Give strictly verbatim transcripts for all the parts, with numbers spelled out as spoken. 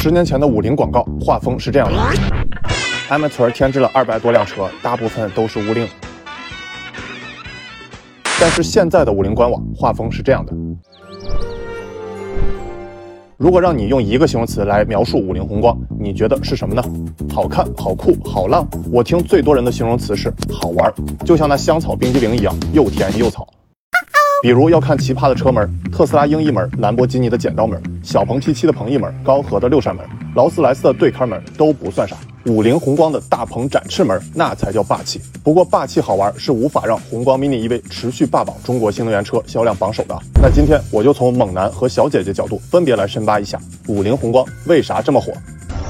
十年前的五菱广告画风是这样的 ：Amateur 添置了二百多辆车，大部分都是五菱。但是现在的五菱官网画风是这样的。如果让你用一个形容词来描述五菱宏光，你觉得是什么呢？好看、好酷、好浪。我听最多人的形容词是好玩，就像那香草冰激凌一样，又甜又草。比如要看奇葩的车门，特斯拉鹰翼门、兰博基尼的剪刀门、小鹏 P 七 的鹏翼门、高和的六扇门、劳斯莱斯的对开门都不算啥，五菱宏光的大鹏展翅门那才叫霸气。不过霸气好玩是无法让宏光 mini E V 持续霸榜中国新能源车销量榜首的。那今天我就从猛男和小姐姐角度分别来深扒一下五菱宏光为啥这么火。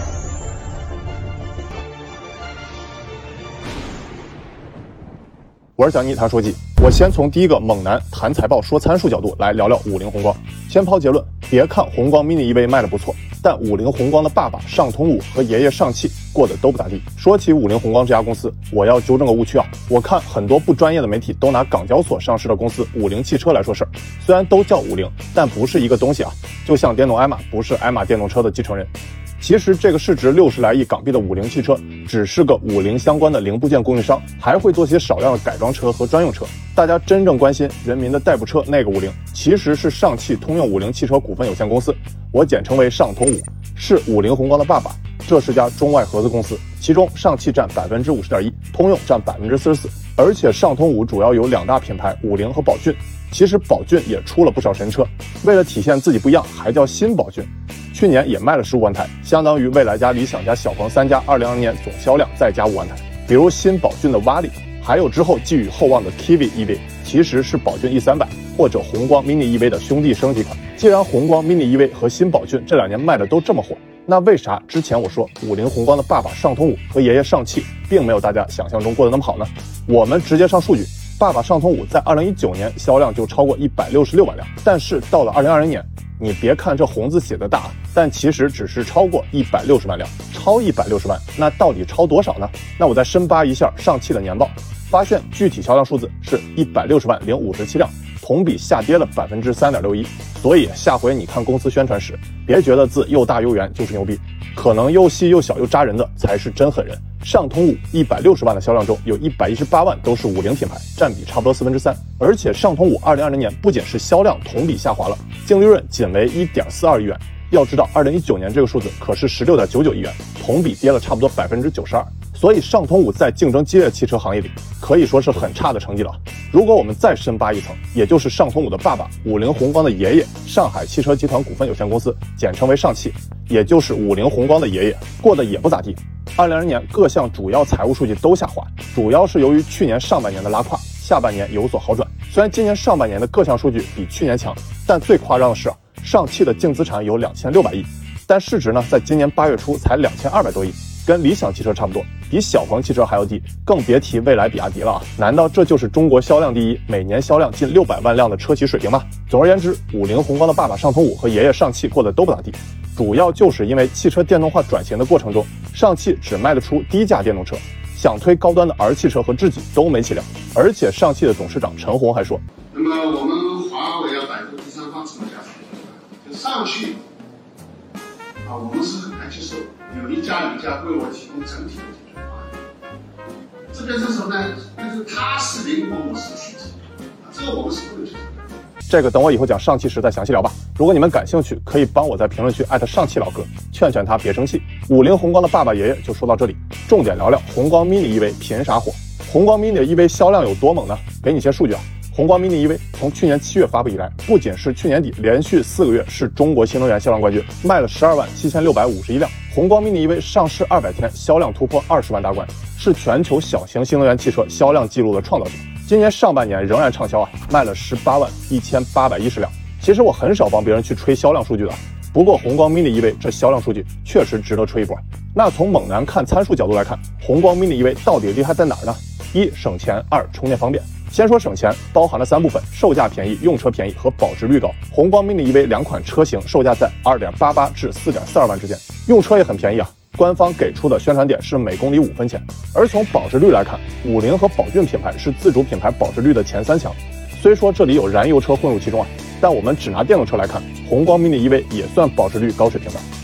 我是小尼谈说机，我先从第一个猛男谈财报说参数角度来聊聊五菱宏光。先抛结论，别看宏光 mini E V 卖的不错，但五菱宏光的爸爸上通武和爷爷上汽过得都不咋地。说起五菱宏光这家公司，我要纠正个误区啊，我看很多不专业的媒体都拿港交所上市的公司五菱汽车来说事儿，虽然都叫五菱，但不是一个东西啊，就像电动艾玛不是艾玛电动车的继承人。其实这个市值六十来亿港币的五菱汽车只是个五菱相关的零部件供应商，还会做些少量的改装车和专用车。大家真正关心人民的代步车那个五菱，其实是上汽通用五菱汽车股份有限公司，我简称为上通五，是五菱宏光的爸爸。这是家中外合资公司，其中上汽占 百分之五十点一， 通用占 百分之四十四， 而且上通五主要有两大品牌五菱和宝骏。其实宝骏也出了不少神车，为了体现自己不一样，还叫新宝骏。去年也卖了十五万台，相当于蔚来加理想加小鹏三家二零二零年总销量再加五万台。比如新宝骏的瓦力，还有之后寄予厚望的 Kiwi E V， 其实是宝骏 E 三百 或者宏光 mini E V 的兄弟升级款。既然宏光 mini E V 和新宝骏这两年卖的都这么火，那为啥之前我说五菱宏光的爸爸上通武和爷爷上汽并没有大家想象中过得那么好呢？我们直接上数据，爸爸上通武在二零一九年销量就超过一百六十六万辆，但是到了二零二零年，你别看这红字写的大，但其实只是超过一百六十万辆，超一百六十万，那到底超多少呢？那我再深扒一下上汽的年报，发现具体销量数字是一百六十万零五十七辆，同比下跌了 百分之三点六一。所以下回你看公司宣传时，别觉得字又大又圆就是牛逼，可能又细又小又扎人的才是真狠人。上通武一百六十万的销量中，有一百一十八万都是五菱品牌，占比差不多四分之三。而且上通武二零二零年不仅是销量同比下滑了，净利润仅为 一点四二亿元。要知道二零一九年这个数字可是 十六点九九亿元，同比跌了差不多 百分之九十二。所以上通武在竞争激烈的汽车行业里可以说是很差的成绩了。如果我们再深扒一层，也就是上通武的爸爸五菱宏光的爷爷上海汽车集团股份有限公司，简称为上汽，也就是五菱宏光的爷爷，过得也不咋地。二零二零年各项主要财务数据都下滑，主要是由于去年上半年的拉胯，下半年有所好转。虽然今年上半年的各项数据比去年强，但最夸张的是上汽的净资产有两千六百亿，但市值呢，在今年八月初才两千二百多亿，跟理想汽车差不多，比小鹏汽车还要低，更别提蔚来比亚迪了啊！难道这就是中国销量第一，每年销量近六百万辆的车企水平吗？总而言之，五菱宏光的爸爸上通武和爷爷上汽过得都不咋地，主要就是因为汽车电动化转型的过程中，上汽只卖得出低价电动车，想推高端的儿汽车和智己都没起量。而且上汽的董事长陈红还说， 那么我们华为要摆脱第三方什么价值，就上去啊，我们是很难接受有一家一家为我提供整体的解决方案，这变成什么呢？就是它是灵活模式的选择，这个我们是不能接受的。 这个等我以后讲上汽时再详细聊吧。如果你们感兴趣，可以帮我在评论区艾特上汽老哥，劝劝他别生气。五菱宏光的爸爸爷爷就说到这里，重点聊聊宏光 mini E V 凭啥火。宏光 mini E V 销量有多猛呢？给你些数据啊。宏光 mini E V 从去年七月发布以来，不仅是去年底连续四个月是中国新能源销量冠军，卖了十二万七千六百五十一辆。宏光 mini E V 上市二百天，销量突破二十万大关，是全球小型新能源汽车销量记录的创造者。今年上半年仍然畅销啊，卖了十八万一千八百一十辆。其实我很少帮别人去吹销量数据的，不过宏光 mini E V 这销量数据确实值得吹一波。那从猛男看参数角度来看，宏光 mini E V 到底厉害在哪儿呢？一省钱，二充电方便。先说省钱，包含了三部分：售价便宜、用车便宜和保值率高。宏光 mini E V 两款车型售价在 二点八八至四点四二万之间，用车也很便宜啊。官方给出的宣传点是每公里五分钱。而从保值率来看，五菱和宝骏品牌是自主品牌保值率的前三强。虽说这里有燃油车混入其中啊，但我们只拿电动车来看，宏光 mini E V 也算保值率高水平的。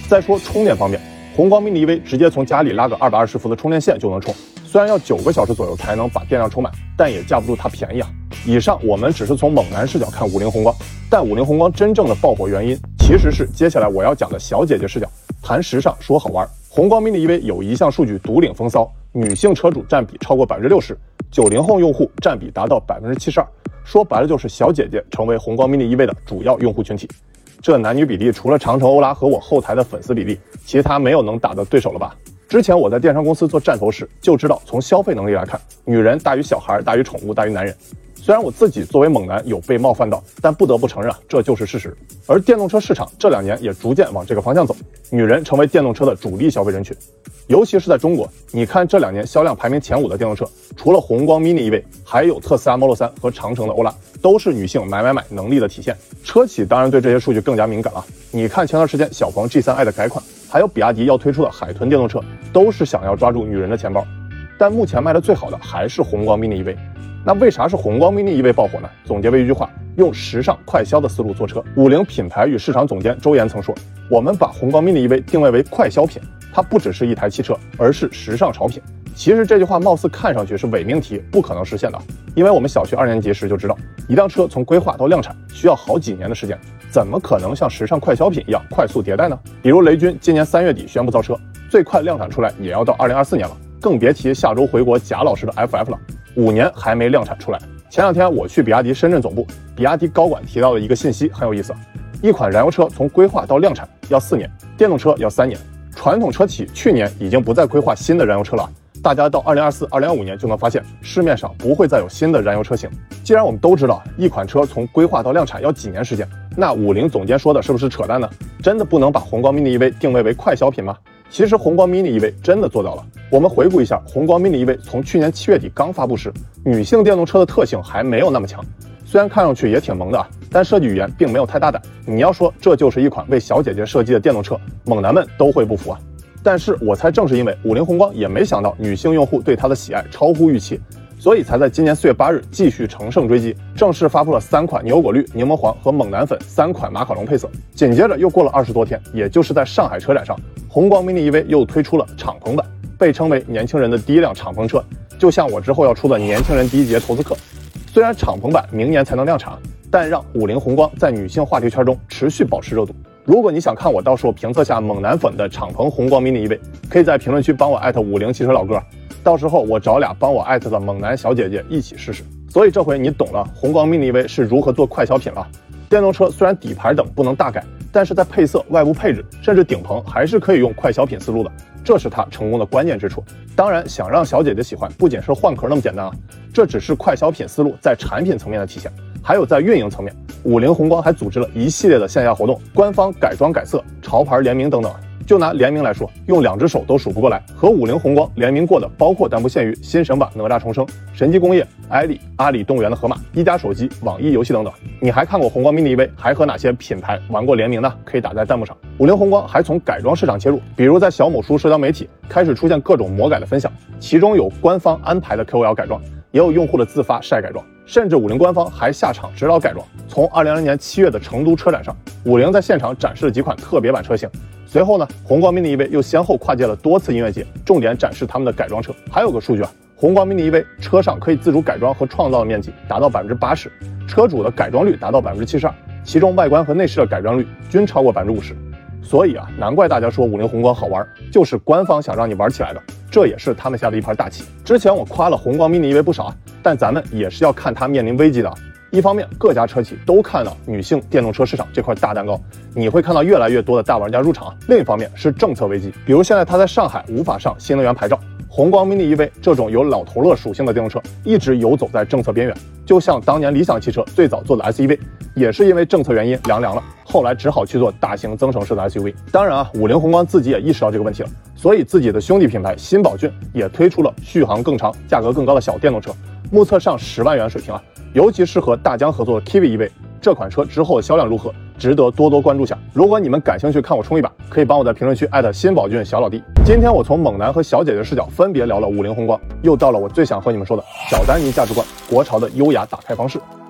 再说充电方面，宏光 mini E V 直接从家里拉个二百二十伏的充电线就能充，虽然要九个小时左右才能把电量充满，但也架不住它便宜啊。以上我们只是从猛男视角看五菱宏光，但五菱宏光真正的爆火原因其实是接下来我要讲的小姐姐视角，谈时尚说好玩。宏光 mini E V 有一项数据独领风骚，女性车主占比超过百分之六十，九零后用户占比达到百分之七十二，说白了就是小姐姐成为宏光 mini E V 的主要用户群体。这男女比例除了长城欧拉和我后台的粉丝比例，其他没有能打的对手了吧？之前我在电商公司做站投时就知道，从消费能力来看，女人大于小孩，大于宠物，大于男人。虽然我自己作为猛男有被冒犯到，但不得不承认啊，这就是事实。而电动车市场这两年也逐渐往这个方向走，女人成为电动车的主力消费人群。尤其是在中国，你看这两年销量排名前五的电动车，除了宏光 mini E V， 还有特斯拉 Model 三和长城的欧拉，都是女性买买买能力的体现。车企当然对这些数据更加敏感了。你看前段时间小鹏 G 三 i 的改款，还有比亚迪要推出的海豚电动车，都是想要抓住女人的钱包。但目前卖的最好的还是宏光 mini E V。那为啥是宏光 mini E V 爆火呢？总结为一句话，用时尚快销的思路做车。五菱品牌与市场总监周岩曾说，我们把宏光 mini E V 定位为快消品，它不只是一台汽车，而是时尚潮品。其实这句话貌似看上去是伪命题，不可能实现的，因为我们小学二年级时就知道，一辆车从规划到量产需要好几年的时间，怎么可能像时尚快消品一样快速迭代呢？比如雷军今年三月底宣布造车，最快量产出来也要到二零二四年了，更别提下周回国贾老师的 F F 了，五年还没量产出来。前两天我去比亚迪深圳总部，比亚迪高管提到了一个信息，很有意思，一款燃油车从规划到量产要四年，电动车要三年。传统车企去年已经不再规划新的燃油车了，大家到二零二四、二零二五年就能发现市面上不会再有新的燃油车型。既然我们都知道一款车从规划到量产要几年时间，那五菱总监说的是不是扯淡呢？真的不能把宏光 mini E V 定位为快消品吗？其实宏光 mini E V 真的做到了。我们回顾一下宏光 mini E V 从去年七月底刚发布时，女性电动车的特性还没有那么强，虽然看上去也挺萌的，但设计语言并没有太大胆。你要说这就是一款为小姐姐设计的电动车，猛男们都会不服啊。但是我猜正是因为五菱宏光也没想到女性用户对它的喜爱超乎预期，所以才在今年四月八日继续乘胜追击，正式发布了三款牛果绿、柠檬黄和猛男粉三款马卡龙配色。紧接着又过了二十多天，也就是在上海车展上，宏光 mini E V 又推出了敞篷版，被称为年轻人的第一辆敞篷车，就像我之后要出的年轻人第一节投资课。虽然敞篷版明年才能量产，但让五菱宏光在女性话题圈中持续保持热度。如果你想看我到时候评测下猛男粉的敞篷宏光 mini E V， 可以在评论区帮我艾特五菱汽车老哥，到时候我找俩帮我艾特的猛男小姐姐一起试试。所以这回你懂了宏光 mini E V 是如何做快消品了。电动车虽然底盘等不能大改，但是在配色、外部配置甚至顶棚还是可以用快消品思路的，这是它成功的关键之处。当然想让小姐姐喜欢，不仅是换壳那么简单啊，这只是快消品思路在产品层面的体现，还有在运营层面，五菱宏光还组织了一系列的线下活动，官方改装改色、潮牌联名等等。就拿联名来说，用两只手都数不过来。和五菱宏光联名过的包括但不限于新神版哪吒重生、神机工业、艾利、阿里动物园的河马、一加手机、网易游戏等等。你还看过宏光 mini E V 还和哪些品牌玩过联名呢？可以打在弹幕上。五菱宏光还从改装市场切入，比如在小某书社交媒体开始出现各种魔改的分享，其中有官方安排的 K O L 改装，也有用户的自发晒改装，甚至五菱官方还下场指导改装。从二零二零年七月的成都车展上，五菱在现场展示了几款特别版车型。随后呢，宏光 mini E V 又先后跨界了多次音乐节，重点展示他们的改装车。还有个数据啊，宏光 mini E V 车上可以自主改装和创造的面积达到百分之八十，车主的改装率达到百分之七十二，其中外观和内饰的改装率均超过百分之五十。所以啊，难怪大家说五菱宏光好玩，就是官方想让你玩起来的，这也是他们下的一盘大棋。之前我夸了宏光 mini E V 不少啊，但咱们也是要看它面临危机的。一方面，各家车企都看到女性电动车市场这块大蛋糕，你会看到越来越多的大玩家入场。另一方面是政策危机，比如现在它在上海无法上新能源牌照，宏光 mini E V 这种有老头乐属性的电动车一直游走在政策边缘，就像当年理想汽车最早做的 S U V， 也是因为政策原因凉凉了，后来只好去做大型增程式的 S U V。当然啊，五菱宏光自己也意识到这个问题了，所以自己的兄弟品牌新宝骏也推出了续航更长、价格更高的小电动车，目测上十万元水平啊。尤其适合大疆合作的 Kiwi E V， 这款车之后的销量如何，值得多多关注下。如果你们感兴趣看我冲一把，可以帮我在评论区艾特新宝骏小老弟。今天我从猛男和小姐姐视角分别聊了五菱宏光，又到了我最想和你们说的小丹尼价值观，国潮的优雅打开方式。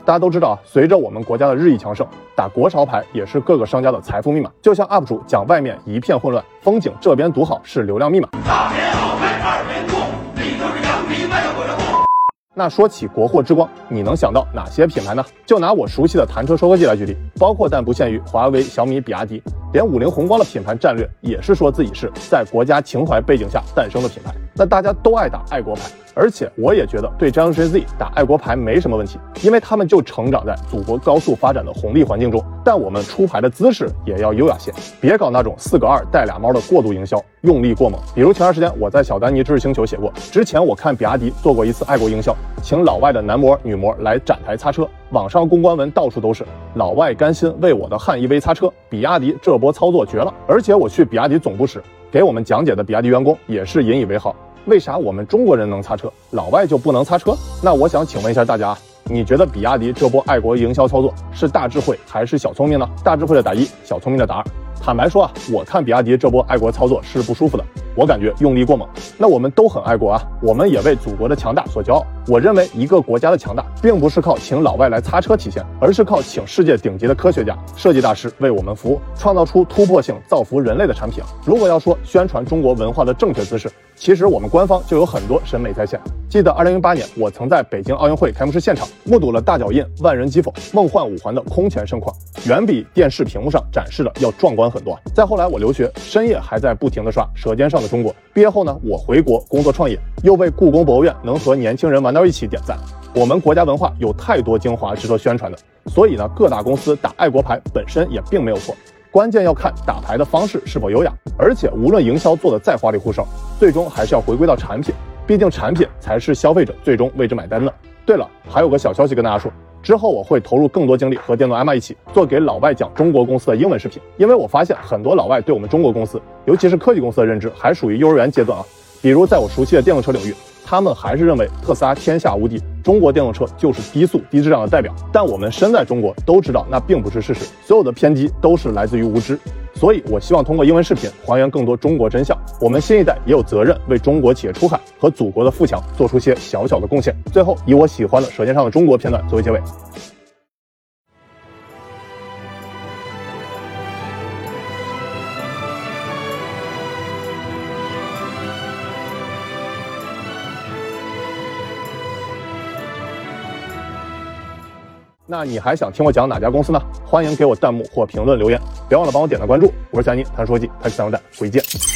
大家都知道啊，随着我们国家的日益强盛，打国潮牌也是各个商家的财富密码。就像 U P 主讲外面一片混乱，风景这边独好是流量密码。大片好拍二边做，你就是杨幂卖的鬼货。那说起国货之光，你能想到哪些品牌呢？就拿我熟悉的谈车收割机来举例，包括但不限于华为、小米、比亚迪，连五菱宏光的品牌战略也是说自己是在国家情怀背景下诞生的品牌。那大家都爱打爱国牌，而且我也觉得对 Generation Z 打爱国牌没什么问题，因为他们就成长在祖国高速发展的红利环境中。但我们出牌的姿势也要优雅些，别搞那种四个二带俩猫的过度营销，用力过猛。比如前段时间我在小丹尼知识星球写过，之前我看比亚迪做过一次爱国营销，请老外的男模女模来展台擦车，网上公关文到处都是老外甘心为我的汉 E V 擦车，比亚迪这波操作绝了。而且我去比亚迪总部时，给我们讲解的比亚迪员工也是引以为豪，为啥我们中国人能擦车，老外就不能擦车？那我想请问一下大家，你觉得比亚迪这波爱国营销操作是大智慧还是小聪明呢？大智慧的打一，小聪明的打二。坦白说啊，我看比亚迪这波爱国操作是不舒服的，我感觉用力过猛。那我们都很爱国啊，我们也为祖国的强大所骄傲。我认为一个国家的强大，并不是靠请老外来擦车体现，而是靠请世界顶级的科学家、设计大师为我们服务，创造出突破性造福人类的产品啊。如果要说宣传中国文化的正确姿势，其实我们官方就有很多审美在线。记得二零零八年，我曾在北京奥运会开幕式现场目睹了大脚印、万人击否、梦幻五环的空前盛况，远比电视屏幕上展示的要壮观很多。再后来我留学，深夜还在不停的刷《舌尖上的中国》。毕业后呢，我回国工作创业，又为故宫博物院能和年轻人玩到一起点赞。我们国家文化有太多精华值得宣传的，所以呢，各大公司打爱国牌本身也并没有错。关键要看打牌的方式是否优雅，而且无论营销做的再花里胡哨，最终还是要回归到产品，毕竟产品才是消费者最终为之买单的。对了，还有个小消息跟大家说，之后我会投入更多精力和电动艾玛一起做给老外讲中国公司的英文视频，因为我发现很多老外对我们中国公司，尤其是科技公司的认知还属于幼儿园阶段啊。比如在我熟悉的电动车领域，他们还是认为特斯拉天下无敌，中国电动车就是低速低质量的代表。但我们身在中国都知道那并不是事实，所有的偏激都是来自于无知。所以我希望通过英文视频还原更多中国真相。我们新一代也有责任为中国企业出海和祖国的富强做出些小小的贡献。最后以我喜欢的《舌尖上的中国》片段作为结尾。那你还想听我讲哪家公司呢？欢迎给我弹幕或评论留言，别忘了帮我点个关注。我是小尼，谈说机，开始三元蛋，回见。